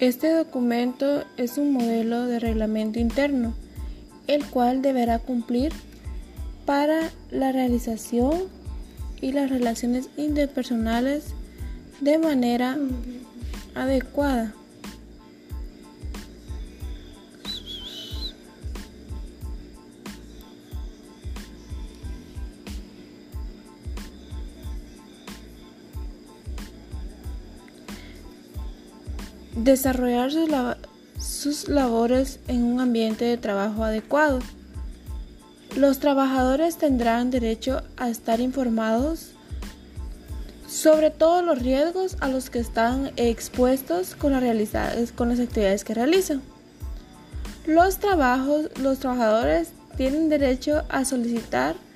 Este documento es un modelo de reglamento interno, el cual deberá cumplir para la realización y las relaciones interpersonales de manera adecuada. Desarrollar sus labores en un ambiente de trabajo adecuado. Los trabajadores tendrán derecho a estar informados sobre todos los riesgos a los que están expuestos con las actividades que realizan. Los trabajadores tienen derecho a solicitar